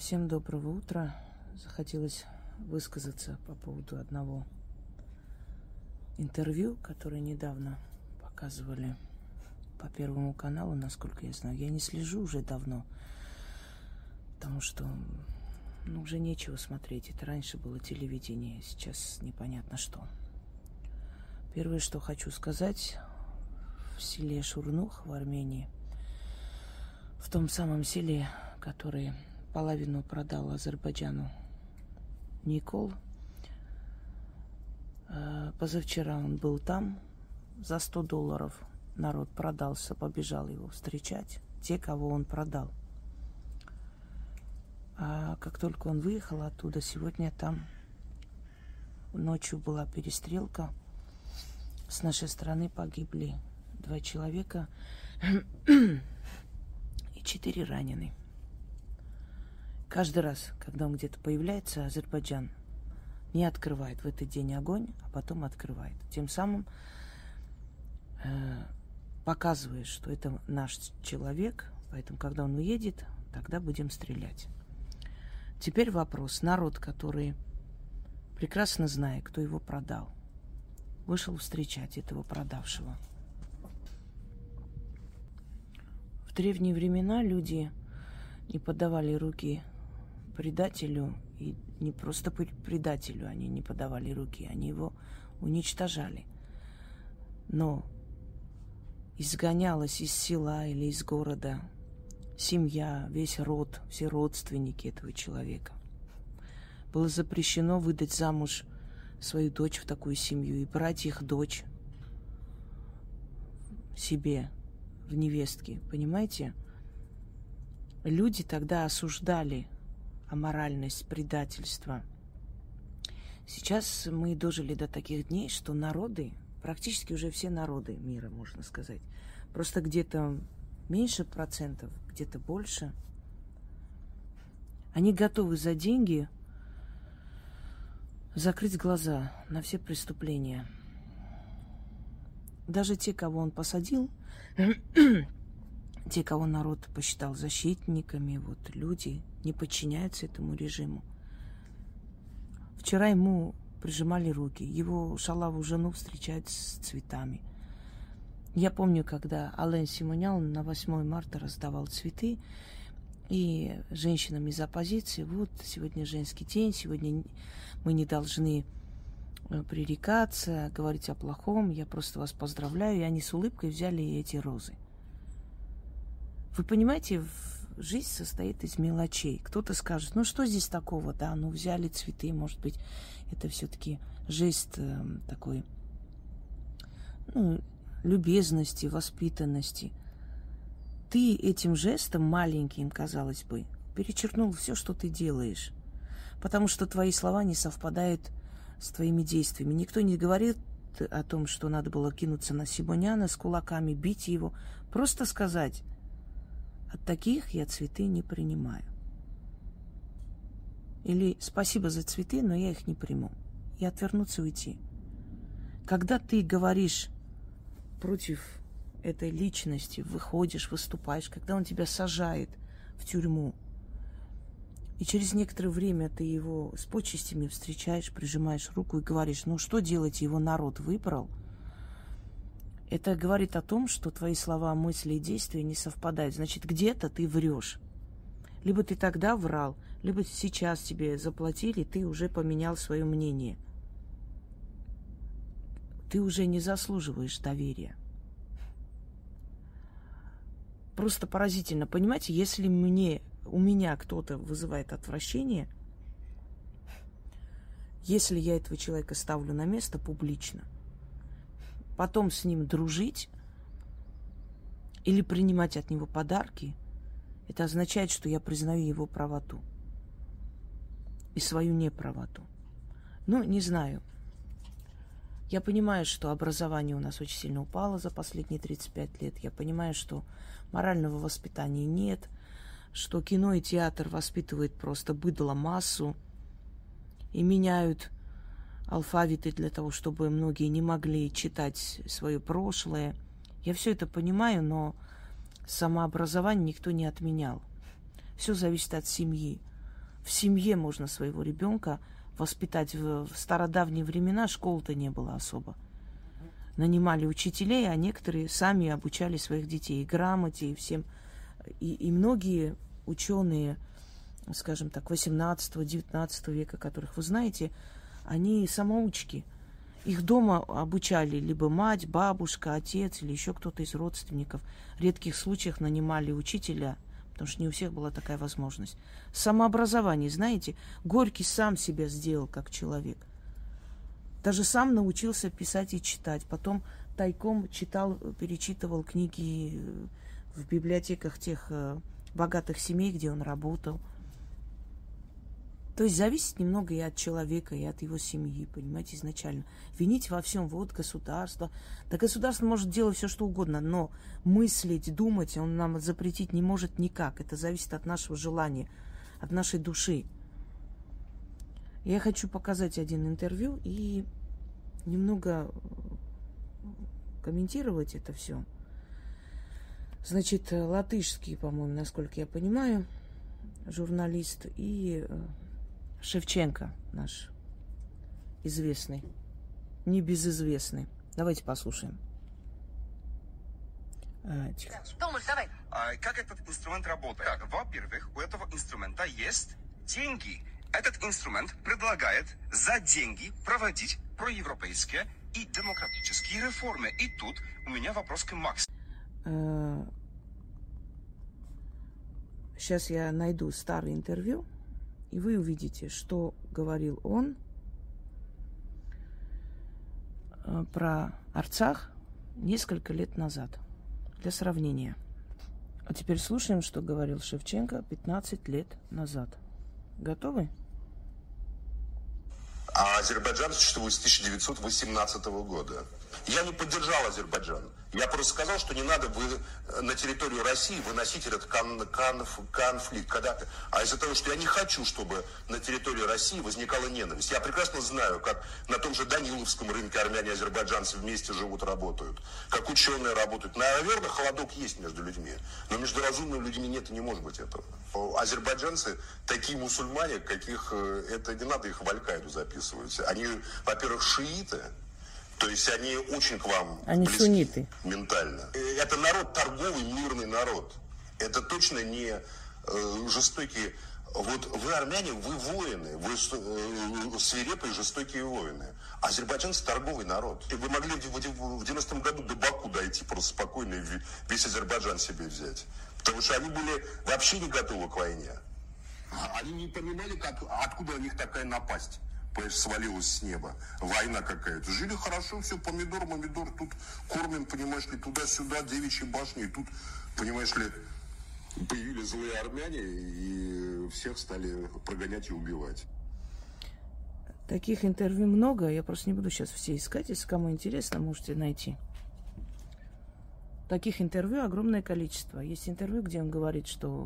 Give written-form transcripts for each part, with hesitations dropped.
Всем доброго утра. Захотелось высказаться по поводу одного интервью, которое недавно показывали по Первому каналу, насколько я знаю. Я не слежу уже давно, потому что уже нечего смотреть. Это раньше было телевидение, сейчас непонятно что. Первое, что хочу сказать, в селе Шурнух в Армении, в том самом селе, которое половину продал Азербайджану Никол. Позавчера он был там. За $100 народ продался, побежал его встречать. Те, кого он продал. А как только он выехал оттуда, сегодня там ночью была перестрелка. С нашей стороны погибли 2 человека и 4 ранены. Каждый раз, когда он где-то появляется, Азербайджан не открывает в этот день огонь, а потом открывает. Тем самым показывает, что это наш человек, поэтому, когда он уедет, тогда будем стрелять. Теперь вопрос. Народ, который прекрасно знает, кто его продал, вышел встречать этого продавшего. В древние времена люди не подавали руки предателю, и не просто предателю они не подавали руки, они его уничтожали. Но изгонялась из села или из города семья, весь род, все родственники этого человека. Было запрещено выдать замуж свою дочь в такую семью и брать их дочь себе в невестки, понимаете? Люди тогда осуждали аморальность, предательство. Сейчас мы дожили до таких дней, что народы, практически уже все народы мира, можно сказать, просто где-то меньше процентов, где-то больше, они готовы за деньги закрыть глаза на все преступления. Даже те, кого он посадил, те, кого народ посчитал защитниками, вот люди не подчиняются этому режиму. Вчера ему прижимали руки, его шалаву жену встречают с цветами. Я помню, когда Ален Симонян на 8 марта раздавал цветы, и женщинам из оппозиции, вот сегодня женский день, сегодня мы не должны пререкаться, говорить о плохом, я просто вас поздравляю, и они с улыбкой взяли эти розы. Вы понимаете, жизнь состоит из мелочей. Кто-то скажет, ну что здесь такого, да, ну взяли цветы, может быть, это все-таки жест такой, любезности, воспитанности. Ты этим жестом маленьким, казалось бы, перечеркнул все, что ты делаешь, потому что твои слова не совпадают с твоими действиями. Никто не говорит о том, что надо было кинуться на Симоняна с кулаками, бить его. Просто сказать: от таких я цветы не принимаю. Или спасибо за цветы, но я их не приму. И отвернуться, уйти. Когда ты говоришь против этой личности, выходишь, выступаешь, когда он тебя сажает в тюрьму, и через некоторое время ты его с почестями встречаешь, прижимаешь руку и говоришь, ну что делать, его народ выбрал, это говорит о том, что твои слова, мысли и действия не совпадают. Значит, где-то ты врешь. Либо ты тогда врал, либо сейчас тебе заплатили, ты уже поменял свое мнение. Ты уже не заслуживаешь доверия. Просто поразительно. Понимаете, если у меня кто-то вызывает отвращение, если я этого человека ставлю на место публично, потом с ним дружить или принимать от него подарки, это означает, что я признаю его правоту и свою неправоту. Не знаю. Я понимаю, что образование у нас очень сильно упало за последние 35 лет. Я понимаю, что морального воспитания нет, что кино и театр воспитывают просто быдло массу и меняют алфавиты для того, чтобы многие не могли читать свое прошлое. Я все это понимаю, но самообразование никто не отменял. Все зависит от семьи. в семье можно своего ребенка воспитать. В стародавние времена школ-то не было особо. Нанимали учителей, а некоторые сами обучали своих детей и грамоте, и всем. И многие ученые, скажем так, 18-19 века, которых вы знаете, они самоучки. Их дома обучали либо мать, бабушка, отец или еще кто-то из родственников. В редких случаях нанимали учителя, потому что не у всех была такая возможность. Самообразование, знаете, Горький сам себя сделал как человек. Даже сам научился писать и читать. Потом тайком читал, перечитывал книги в библиотеках тех богатых семей, где он работал. То есть зависит немного и от человека, и от его семьи, понимаете, изначально. Винить во всем вот государство. Да государство может делать все, что угодно, но мыслить, думать он нам запретить не может никак. Это зависит от нашего желания, от нашей души. Я хочу показать один интервью и немного комментировать это все. Значит, латышский, по-моему, насколько я понимаю, журналист, и Шевченко наш известный, небезызвестный. Давайте послушаем. Томаш, давай. Как этот инструмент работает? Во-первых, у этого инструмента есть деньги. Этот инструмент предлагает за деньги проводить проевропейские и демократические реформы. И тут у меня вопрос к Максу. Сейчас я найду старое интервью, и вы увидите, что говорил он про Арцах несколько лет назад. Для сравнения. А теперь слушаем, что говорил Шевченко 15 лет назад. Готовы? А Азербайджан существует с 1918 года. Я не поддержал Азербайджан. Я просто сказал, что не надо на территорию России выносить этот конфликт. А из-за того, что я не хочу, чтобы на территории России возникала ненависть. Я прекрасно знаю, как на том же Даниловском рынке армяне и азербайджанцы вместе живут, работают. Как ученые работают. Наверное, холодок есть между людьми. Но между разумными людьми нет и не может быть этого. Азербайджанцы такие мусульмане, каких это не надо их в Аль-Каиду записывать. Они, во-первых, шииты. То есть они очень к вам они близки сунниты. Ментально. Это народ торговый, мирный народ. Это точно не жестокие. Вот вы, армяне, вы воины, вы свирепые, жестокие воины. А азербайджанцы торговый народ. И вы могли в 90-м году до Баку дойти просто спокойно и весь Азербайджан себе взять. Потому что они были вообще не готовы к войне. Они не понимали, откуда у них такая напасть. Свалилась с неба. Война какая-то. Жили хорошо, все, помидор, тут кормим, понимаешь ли, туда-сюда, девичьи башни. И тут, понимаешь ли, появились злые армяне и всех стали прогонять и убивать. Таких интервью много. Я просто не буду сейчас все искать. Если кому интересно, можете найти. Таких интервью огромное количество. Есть интервью, где он говорит, что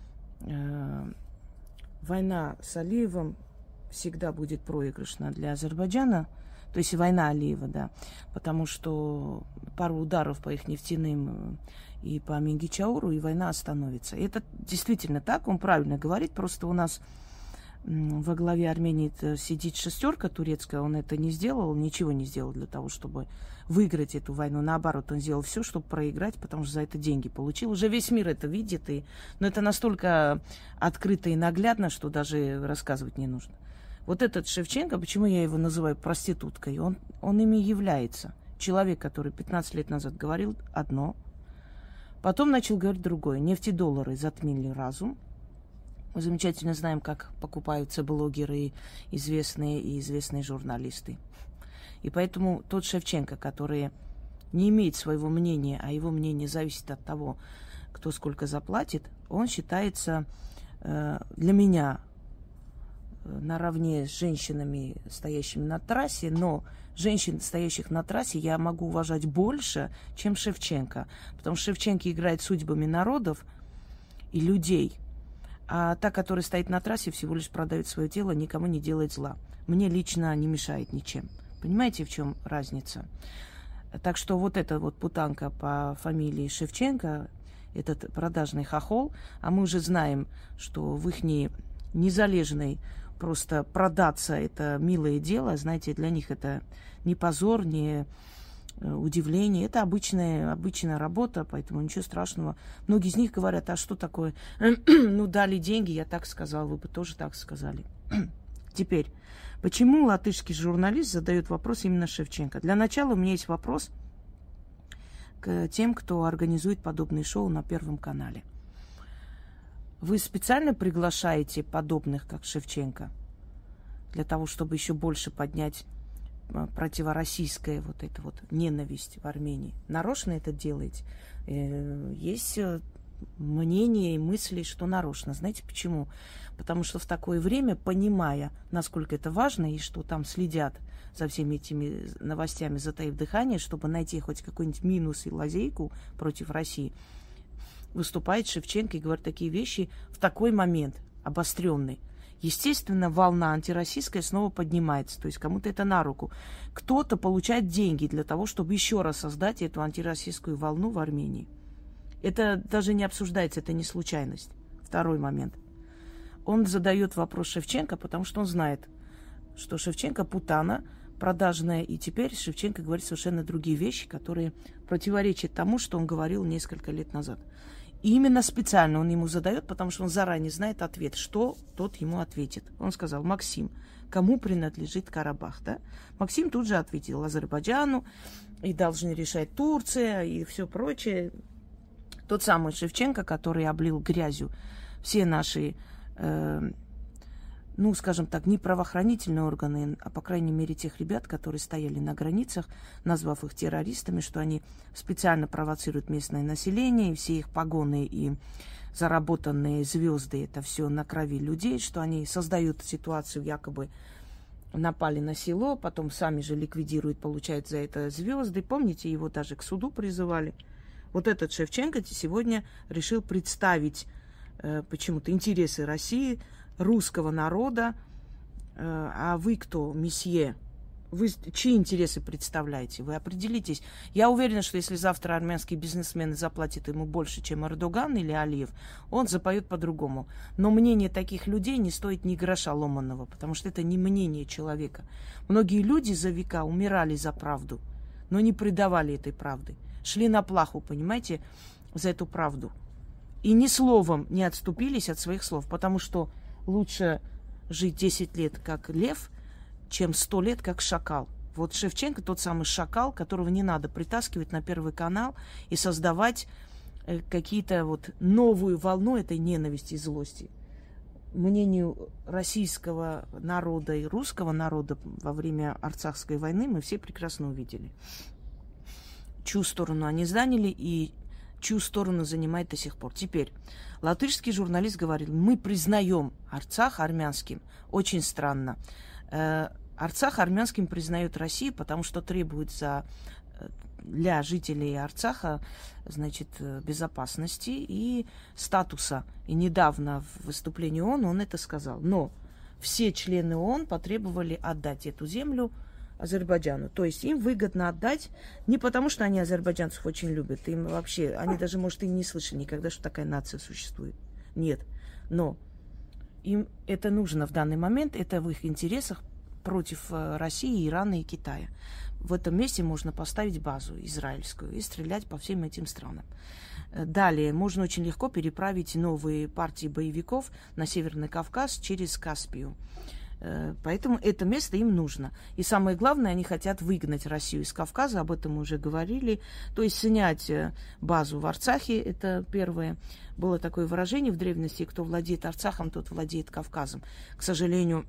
война с Алиевым всегда будет проигрышна для Азербайджана, то есть война Алиева, да, потому что пару ударов по их нефтяным и по Мингичауру, и война остановится. И это действительно так, он правильно говорит, просто у нас во главе Армении сидит шестерка турецкая, он это не сделал, ничего не сделал для того, чтобы выиграть эту войну. Наоборот, он сделал все, чтобы проиграть, потому что за это деньги получил. Уже весь мир это видит, но это настолько открыто и наглядно, что даже рассказывать не нужно. Вот этот Шевченко, почему я его называю проституткой, он ими является. Человек, который 15 лет назад говорил одно, потом начал говорить другое. Нефтедоллары затмили разум. Мы замечательно знаем, как покупаются блогеры, известные и известные журналисты. И поэтому тот Шевченко, который не имеет своего мнения, а его мнение зависит от того, кто сколько заплатит, он считается для меня наравне с женщинами, стоящими на трассе, но женщин, стоящих на трассе, я могу уважать больше, чем Шевченко. Потому что Шевченко играет судьбами народов и людей. А та, которая стоит на трассе, всего лишь продает свое тело, никому не делает зла. Мне лично не мешает ничем. Понимаете, в чем разница? Так что вот эта вот путанка по фамилии Шевченко, этот продажный хохол, а мы уже знаем, что в ихней незалежной просто продаться, это милое дело. Знаете, для них это не позор, не удивление. Это обычная работа, поэтому ничего страшного. Многие из них говорят, а что такое? Ну, дали деньги, я так сказал, вы бы тоже так сказали. Теперь, почему латышский журналист задает вопрос именно Шевченко? Для начала у меня есть вопрос к тем, кто организует подобные шоу на Первом канале. Вы специально приглашаете подобных, как Шевченко, для того, чтобы еще больше поднять противороссийская вот эта вот ненависть в Армении? Нарочно это делаете? Есть мнение и мысли, что нарочно. Знаете почему? Потому что в такое время, понимая, насколько это важно, и что там следят за всеми этими новостями, затаив дыхание, чтобы найти хоть какой-нибудь минус и лазейку против России, выступает Шевченко и говорит такие вещи в такой момент, обостренный. Естественно, волна антироссийская снова поднимается. То есть кому-то это на руку. Кто-то получает деньги для того, чтобы еще раз создать эту антироссийскую волну в Армении. Это даже не обсуждается, это не случайность. Второй момент. Он задает вопрос Шевченко, потому что он знает, что Шевченко путана, продажная, и теперь Шевченко говорит совершенно другие вещи, которые противоречат тому, что он говорил несколько лет назад. И именно специально он ему задает, потому что он заранее знает ответ, что тот ему ответит. Он сказал: Максим, кому принадлежит Карабах? Да? Максим тут же ответил: Азербайджану, и должны решать Турция, и все прочее. Тот самый Шевченко, который облил грязью все наши, ну, скажем так, не правоохранительные органы, а, по крайней мере, тех ребят, которые стояли на границах, назвав их террористами, что они специально провоцируют местное население, и все их погоны и заработанные звезды, это все на крови людей, что они создают ситуацию, якобы напали на село, потом сами же ликвидируют, получают за это звезды. Помните, его даже к суду призывали. Вот этот Шевченко сегодня решил представить почему-то интересы России, русского народа. А вы кто, месье? Вы чьи интересы представляете? Вы определитесь. Я уверена, что если завтра армянские бизнесмены заплатят ему больше, чем Эрдоган или Алиев, он запоет по-другому. Но мнение таких людей не стоит ни гроша ломаного, потому что это не мнение человека. Многие люди за века умирали за правду, но не предавали этой правды. Шли на плаху, понимаете, за эту правду. И ни словом не отступились от своих слов, потому что лучше жить 10 лет как лев, чем 100 лет как шакал. Вот Шевченко тот самый шакал, которого не надо притаскивать на Первый канал и создавать какие-то вот новую волну этой ненависти и злости. Мнению российского народа и русского народа во время Арцахской войны мы все прекрасно увидели. Чью сторону они заняли и чью сторону занимает до сих пор. Теперь латышский журналист говорил: мы признаем Арцах армянским. Очень странно. Арцах армянским признает Россию, потому что требует для жителей Арцаха, значит, безопасности и статуса. И недавно в выступлении ООН он это сказал. Но все члены ООН потребовали отдать эту землю Азербайджану. То есть им выгодно отдать не потому, что они азербайджанцев очень любят. Им вообще, они даже, может, и не слышали никогда, что такая нация существует. Нет. Но им это нужно в данный момент. Это в их интересах против России, Ирана и Китая. В этом месте можно поставить базу израильскую и стрелять по всем этим странам. Далее можно очень легко переправить новые партии боевиков на Северный Кавказ через Каспию. Поэтому это место им нужно. И самое главное, они хотят выгнать Россию из Кавказа, об этом мы уже говорили. То есть снять базу в Арцахе, это первое. Было такое выражение в древности: кто владеет Арцахом, тот владеет Кавказом. К сожалению,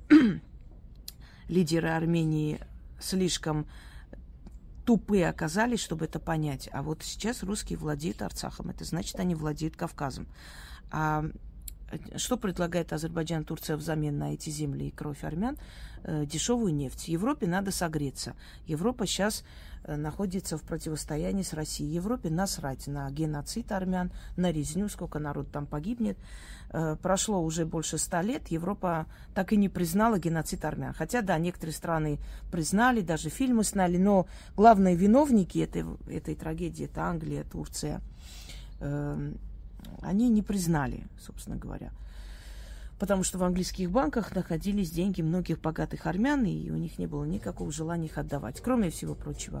лидеры Армении слишком тупые оказались, чтобы это понять. А вот сейчас русские владеют Арцахом. Это значит, они владеют Кавказом. А что предлагает Азербайджан, Турция взамен на эти земли и кровь армян? Дешевую нефть. Европе надо согреться. Европа сейчас находится в противостоянии с Россией. Европе насрать на геноцид армян, на резню, сколько народ там погибнет. Прошло уже больше 100 лет, Европа так и не признала геноцид армян. Хотя, да, некоторые страны признали, даже фильмы сняли, но главные виновники этой трагедии, это Англия, Турция, они не признали, собственно говоря. Потому что в английских банках находились деньги многих богатых армян, и у них не было никакого желания их отдавать. Кроме всего прочего.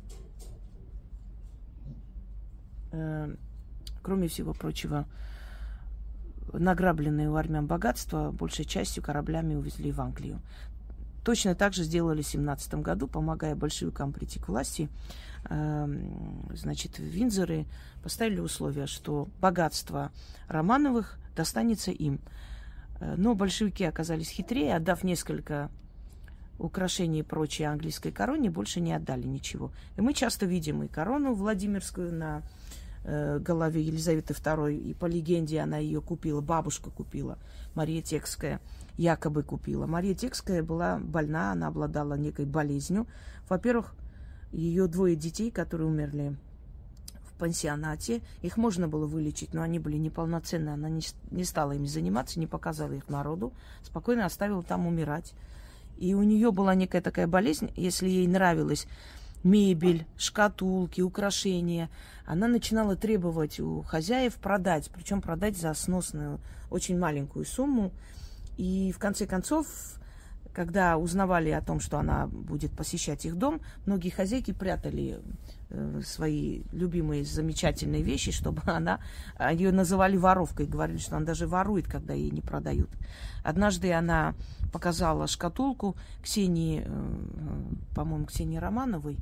Награбленные у армян богатства большей частью кораблями увезли в Англию. Точно так же сделали в 17 году, помогая большевикам прийти к власти. Значит, Виндзоры поставили условие, что богатство Романовых достанется им. Но большевики оказались хитрее, отдав несколько украшений и прочей английской короне, больше не отдали ничего. И мы часто видим и корону Владимирскую на голове Елизаветы II, и по легенде она ее купила, бабушка купила, Мария Текская якобы купила. Мария Текская была больна, она обладала некой болезнью. Во-первых, ее 2 детей, которые умерли в пансионате, их можно было вылечить, но они были неполноценные, она не стала ими заниматься, не показала их народу, спокойно оставила там умирать. И у нее была некая такая болезнь, если ей нравилась мебель, шкатулки, украшения, она начинала требовать у хозяев продать, причем продать за сносную, очень маленькую сумму. И в конце концов, когда узнавали о том, что она будет посещать их дом, многие хозяйки прятали свои любимые замечательные вещи, чтобы ее называли воровкой, говорили, что она даже ворует, когда ей не продают. Однажды она показала шкатулку Ксении, по-моему, Ксении Романовой,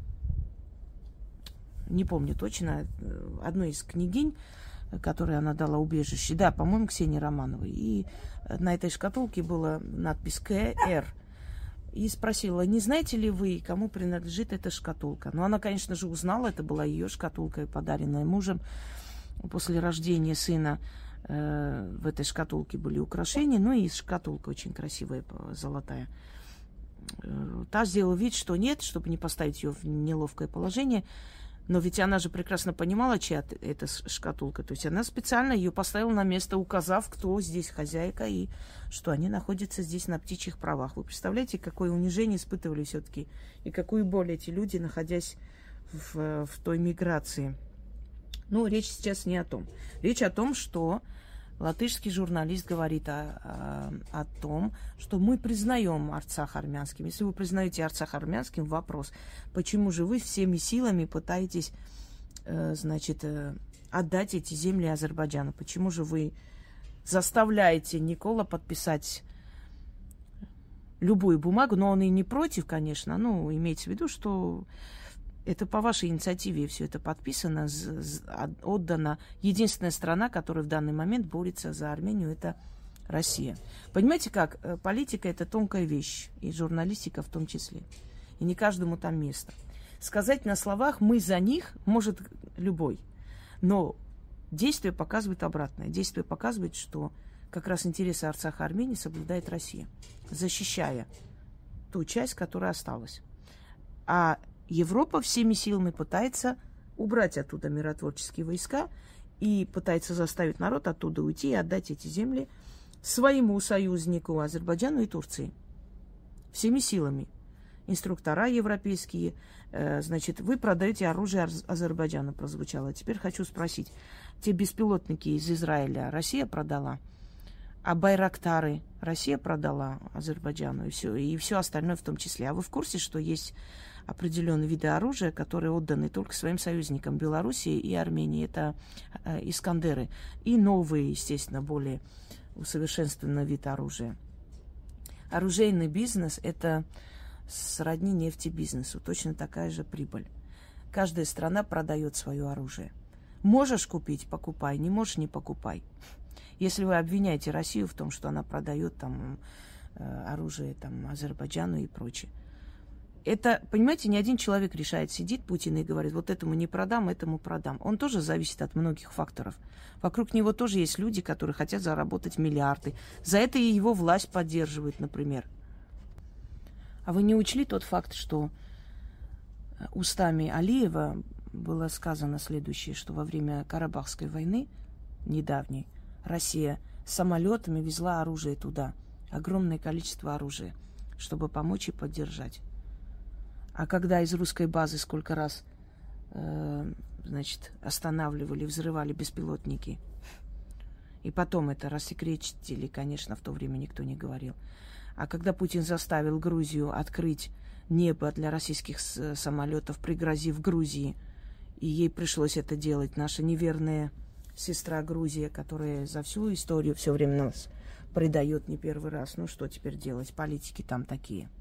не помню точно, одной из княгинь, которой она дала убежище. Да, по-моему, Ксении Романовой. И на этой шкатулке была надпись КР. И спросила, не знаете ли вы, кому принадлежит эта шкатулка? Ну, она, конечно же, узнала, это была ее шкатулка, подаренная мужем. После рождения сына в этой шкатулке были украшения, ну и шкатулка очень красивая, золотая. Та сделала вид, что нет, чтобы не поставить ее в неловкое положение. Но ведь она же прекрасно понимала, чья эта шкатулка. То есть она специально ее поставила на место, указав, кто здесь хозяйка и что они находятся здесь на птичьих правах. Вы представляете, какое унижение испытывали все-таки и какую боль эти люди, находясь в той миграции. Ну, речь сейчас не о том. Речь о том, что латышский журналист говорит о том, что мы признаем Арцах армянским. Если вы признаете Арцах армянским, вопрос, почему же вы всеми силами пытаетесь, отдать эти земли Азербайджану? Почему же вы заставляете Никола подписать любую бумагу, но он и не против, конечно, ну, имеется в виду, что это по вашей инициативе все это подписано, отдано. Единственная страна, которая в данный момент борется за Армению, это Россия. Понимаете как? Политика – это тонкая вещь, и журналистика в том числе. И не каждому там место. Сказать на словах «мы за них» может любой. Но действие показывает обратное. Действие показывает, что как раз интересы Арцаха Армении соблюдает Россия, защищая ту часть, которая осталась. А Европа всеми силами пытается убрать оттуда миротворческие войска и пытается заставить народ оттуда уйти и отдать эти земли своему союзнику Азербайджану и Турции. Всеми силами. Инструктора европейские. Вы продаете оружие Азербайджану, прозвучало. Теперь хочу спросить. Те беспилотники из Израиля Россия продала? А байрактары Россия продала Азербайджану? И все остальное в том числе. А вы в курсе, что есть определенные виды оружия, которые отданы только своим союзникам Белоруссии и Армении? Это Искандеры. И новые, естественно, более усовершенствованный вид оружия. Оружейный бизнес – это сродни нефтебизнесу. Точно такая же прибыль. Каждая страна продает свое оружие. Можешь купить – покупай. Не можешь – не покупай. Если вы обвиняете Россию в том, что она продает оружие Азербайджану и прочее. Это, понимаете, не один человек решает, сидит Путин и говорит, вот этому не продам, этому продам. Он тоже зависит от многих факторов. Вокруг него тоже есть люди, которые хотят заработать миллиарды. За это и его власть поддерживает, например. А вы не учли тот факт, что устами Алиева было сказано следующее, что во время Карабахской войны, недавней, Россия самолетами везла оружие туда, огромное количество оружия, чтобы помочь и поддержать. А когда из русской базы сколько раз, останавливали, взрывали беспилотники И потом это рассекретили, конечно, в то время никто не говорил. А когда Путин заставил Грузию открыть небо для российских самолетов, пригрозив Грузии, и ей пришлось это делать, наша неверная сестра Грузия, которая за всю историю все время нас предает не первый раз. Ну что теперь делать? Политики там такие.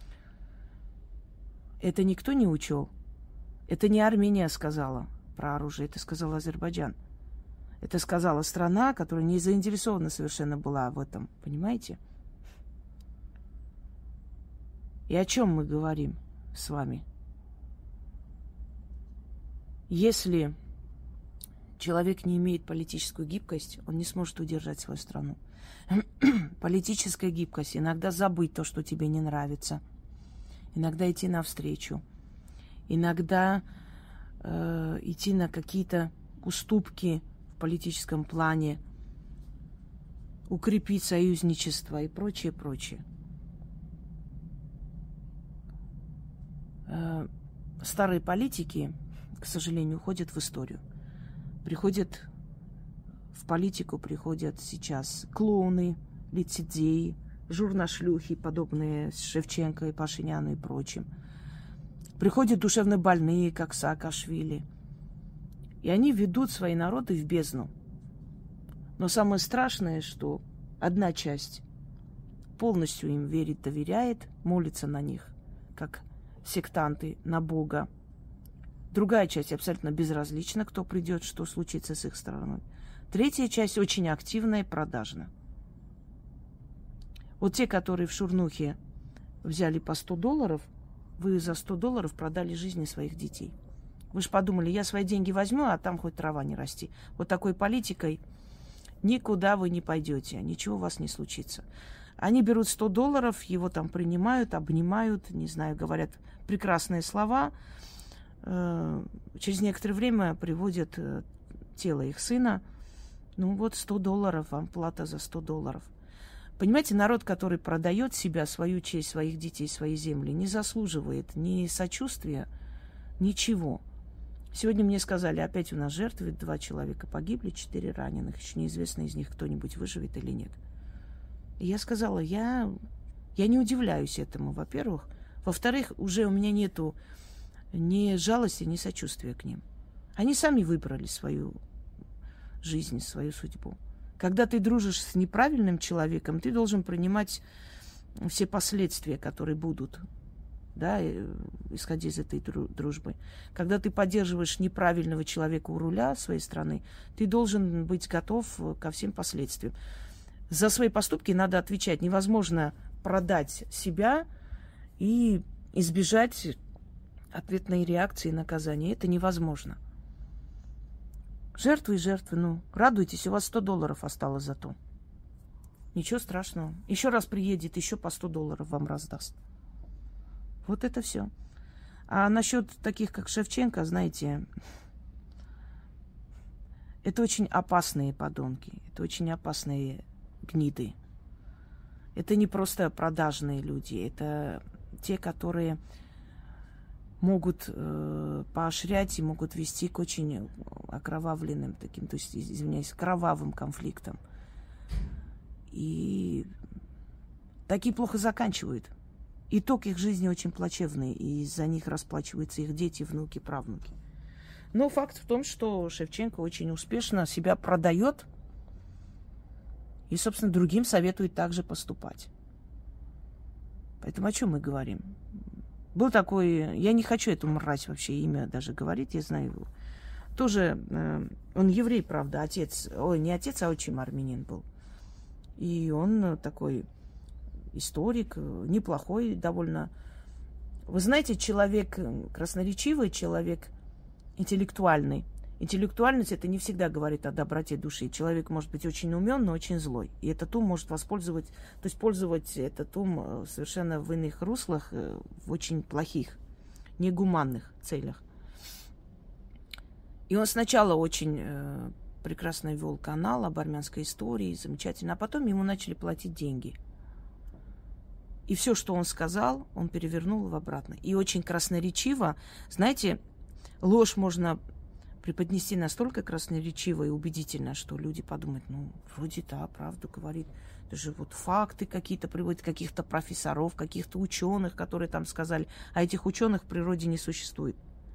Это никто не учел. Это не Армения сказала про оружие, это сказал Азербайджан. Это сказала страна, которая не заинтересована совершенно была в этом. Понимаете? И о чем мы говорим с вами? Если человек не имеет политическую гибкость, он не сможет удержать свою страну. Политическая гибкость. Иногда забыть то, что тебе не нравится. Иногда идти навстречу. Иногда идти на какие-то уступки в политическом плане. Укрепить союзничество и прочее, прочее. Старые политики, к сожалению, уходят в историю. В политику приходят сейчас клоуны, лицедеи, журношлюхи, подобные Шевченко и Пашиняну и прочим. Приходят душевно больные, как Саакашвили. И они ведут свои народы в бездну. Но самое страшное, что одна часть полностью им верит, доверяет, молится на них, как сектанты, на Бога. Другая часть абсолютно безразлична, кто придет, что случится с их страной. Третья часть очень активная и продажна. Вот те, которые в Шурнухе взяли по $100, вы за $100 продали жизни своих детей. Вы же подумали, я свои деньги возьму, а там хоть трава не расти. Вот такой политикой никуда вы не пойдете, ничего у вас не случится. Они берут $100, его там принимают, обнимают, не знаю, говорят прекрасные слова. Через некоторое время приводят тело их сына. Ну вот $100, вам плата за $100. Понимаете, народ, который продает себя, свою честь, своих детей, свои земли, не заслуживает ни сочувствия, ничего. Сегодня мне сказали, опять у нас жертвы, 2 человека погибли, 4 раненых. Еще неизвестно из них кто-нибудь выживет или нет. И я сказала, я не удивляюсь этому, во-первых. Во-вторых, уже у меня нету ни жалости, ни сочувствия к ним. Они сами выбрали свою жизнь, свою судьбу. Когда ты дружишь с неправильным человеком, ты должен принимать все последствия, которые будут, да, исходя из этой дружбы. Когда ты поддерживаешь неправильного человека у руля своей страны, ты должен быть готов ко всем последствиям. За свои поступки надо отвечать. Невозможно продать себя и избежать ответной реакции и наказания. Это невозможно. Жертвы и жертвы, ну, радуйтесь, у вас $100 осталось зато. Ничего страшного. Еще раз приедет, еще по $100 вам раздаст. Вот это все. А насчет таких, как Шевченко, знаете, это очень опасные подонки. Это очень опасные гниды. Это не просто продажные люди. Это те, которые могут поощрять и могут вести к очень окровавленным таким, то есть, извиняюсь, кровавым конфликтам. И такие плохо заканчивают. Итог их жизни очень плачевный, и из-за них расплачиваются их дети, внуки, правнуки. Но факт в том, что Шевченко очень успешно себя продает и, собственно, другим советует также поступать. Поэтому о чем мы говорим? Был такой, я не хочу эту мразь вообще имя даже говорить, я знаю его. Тоже, он еврей, правда, отец, ой, не отец, а отчим армянин был. И он такой историк, неплохой довольно. Вы знаете, человек красноречивый, человек интеллектуальный. Интеллектуальность это не всегда говорит о доброте души. Человек может быть очень умен, но очень злой. И этот ум может воспользовать, то есть пользовать этот ум совершенно в иных руслах, в очень плохих, негуманных целях. И он сначала очень прекрасно вел канал об армянской истории, замечательно, а потом ему начали платить деньги. И все, что он сказал, он перевернул в обратно. И очень красноречиво, знаете, ложь можно преподнести настолько красноречиво и убедительно, что люди подумают, ну, вроде да, правду говорит. Даже вот факты какие-то приводят, каких-то профессоров, каких-то ученых, которые там сказали. А этих ученых в природе не существует.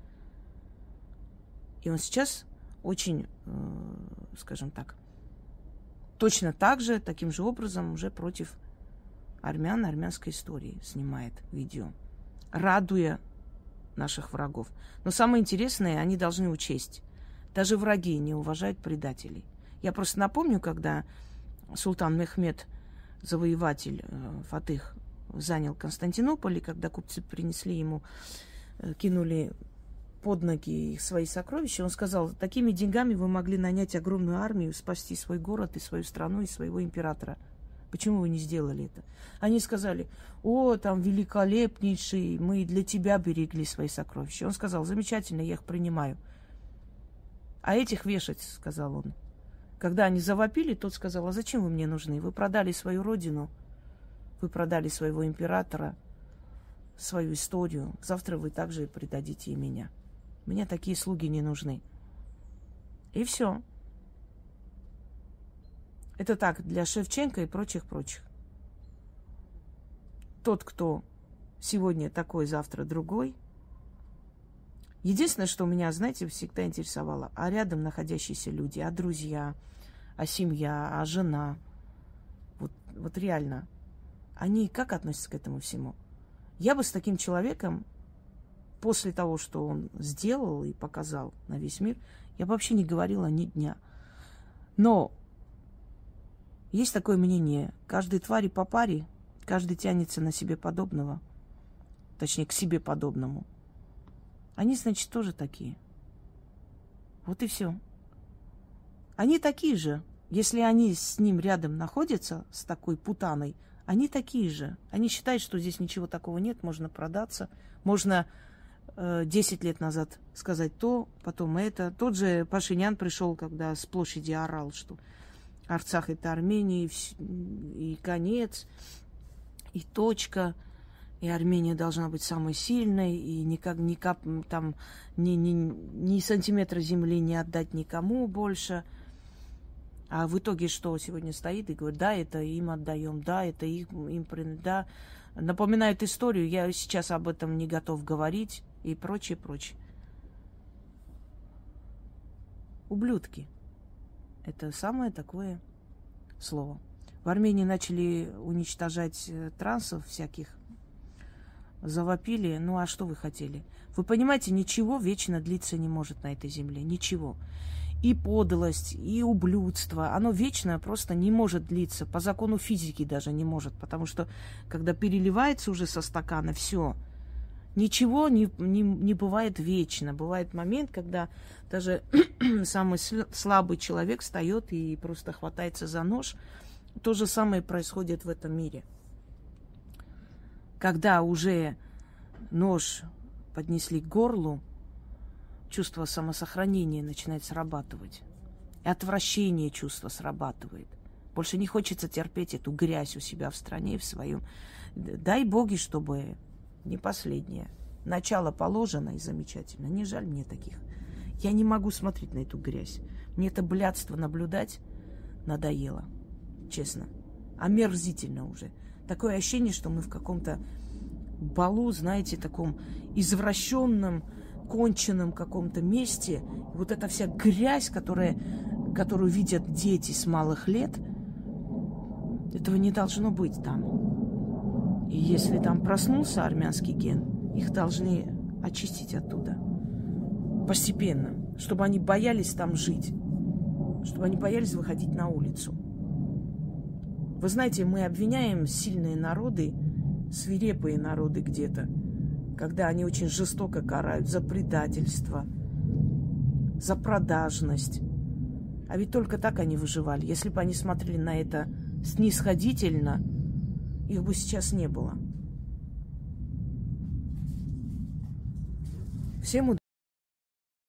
И он сейчас очень, скажем так, точно так же, таким же образом уже против армян, армянской истории снимает видео, радуя наших врагов. Но самое интересное, они должны учесть. Даже враги не уважают предателей. Я просто напомню, когда султан Мехмед, завоеватель Фатых, занял Константинополь, и когда купцы принесли ему, кинули под ноги свои сокровища, он сказал, такими деньгами вы могли нанять огромную армию, спасти свой город и свою страну, и своего императора. Почему вы не сделали это? Они сказали, о, там великолепнейший, мы для тебя берегли свои сокровища. Он сказал, замечательно, я их принимаю. А этих вешать, сказал он. Когда они завопили, тот сказал, а зачем вы мне нужны? Вы продали свою родину, вы продали своего императора, свою историю. Завтра вы также предадите и меня. Мне такие слуги не нужны. И все. Это так, для Шевченко и прочих-прочих. Тот, кто сегодня такой, завтра другой. Единственное, что меня, знаете, всегда интересовало, а рядом находящиеся люди, а друзья, а семья, а жена. Вот реально. Они как относятся к этому всему? Я бы с таким человеком, после того, что он сделал и показал на весь мир, я бы вообще не говорила ни дня. Но есть такое мнение, каждой твари по паре, каждый тянется на себе подобного, точнее, к себе подобному. Они, значит, тоже такие. Вот и все. Они такие же. Если они с ним рядом находятся, с такой путаной, они такие же. Они считают, что здесь ничего такого нет, можно продаться, можно 10 лет назад сказать то, потом это. Тот же Пашинян пришел, когда с площади орал, что Арцах это Армения, и конец, и точка, и Армения должна быть самой сильной, и ни сантиметра земли не отдать никому больше. А в итоге что сегодня стоит и говорит, да, это им отдаем, да, это им принадлежит, да. Напоминает историю, я сейчас об этом не готов говорить и прочее, прочее. Ублюдки. Это самое такое слово. В Армении начали уничтожать трансов всяких. Завопили. Ну, а что вы хотели? Вы понимаете, ничего вечно длиться не может на этой земле. Ничего. И подлость, и ублюдство. Оно вечно просто не может длиться. По закону физики даже не может. Потому что, когда переливается уже со стакана, все. Ничего не бывает вечно. Бывает момент, когда даже самый слабый человек встает и просто хватается за нож. То же самое происходит в этом мире. Когда уже нож поднесли к горлу, чувство самосохранения начинает срабатывать. И отвращение чувства срабатывает. Больше не хочется терпеть эту грязь у себя в стране, в своем. Дай боги, чтобы не последнее. Начало положено и замечательно. Не жаль мне таких. Я не могу смотреть на эту грязь. Мне это блядство наблюдать надоело. Честно. Омерзительно уже. Такое ощущение, что мы в каком-то балу, знаете, таком извращенном, конченном каком-то месте. И вот эта вся грязь, которую видят дети с малых лет, этого не должно быть там. И если там проснулся армянский ген, их должны очистить оттуда. Постепенно. Чтобы они боялись там жить. Чтобы они боялись выходить на улицу. Вы знаете, мы обвиняем сильные народы, свирепые народы где-то, когда они очень жестоко карают за предательство, за продажность. А ведь только так они выживали. Если бы они смотрели на это снисходительно, их бы сейчас не было. Всем удачи.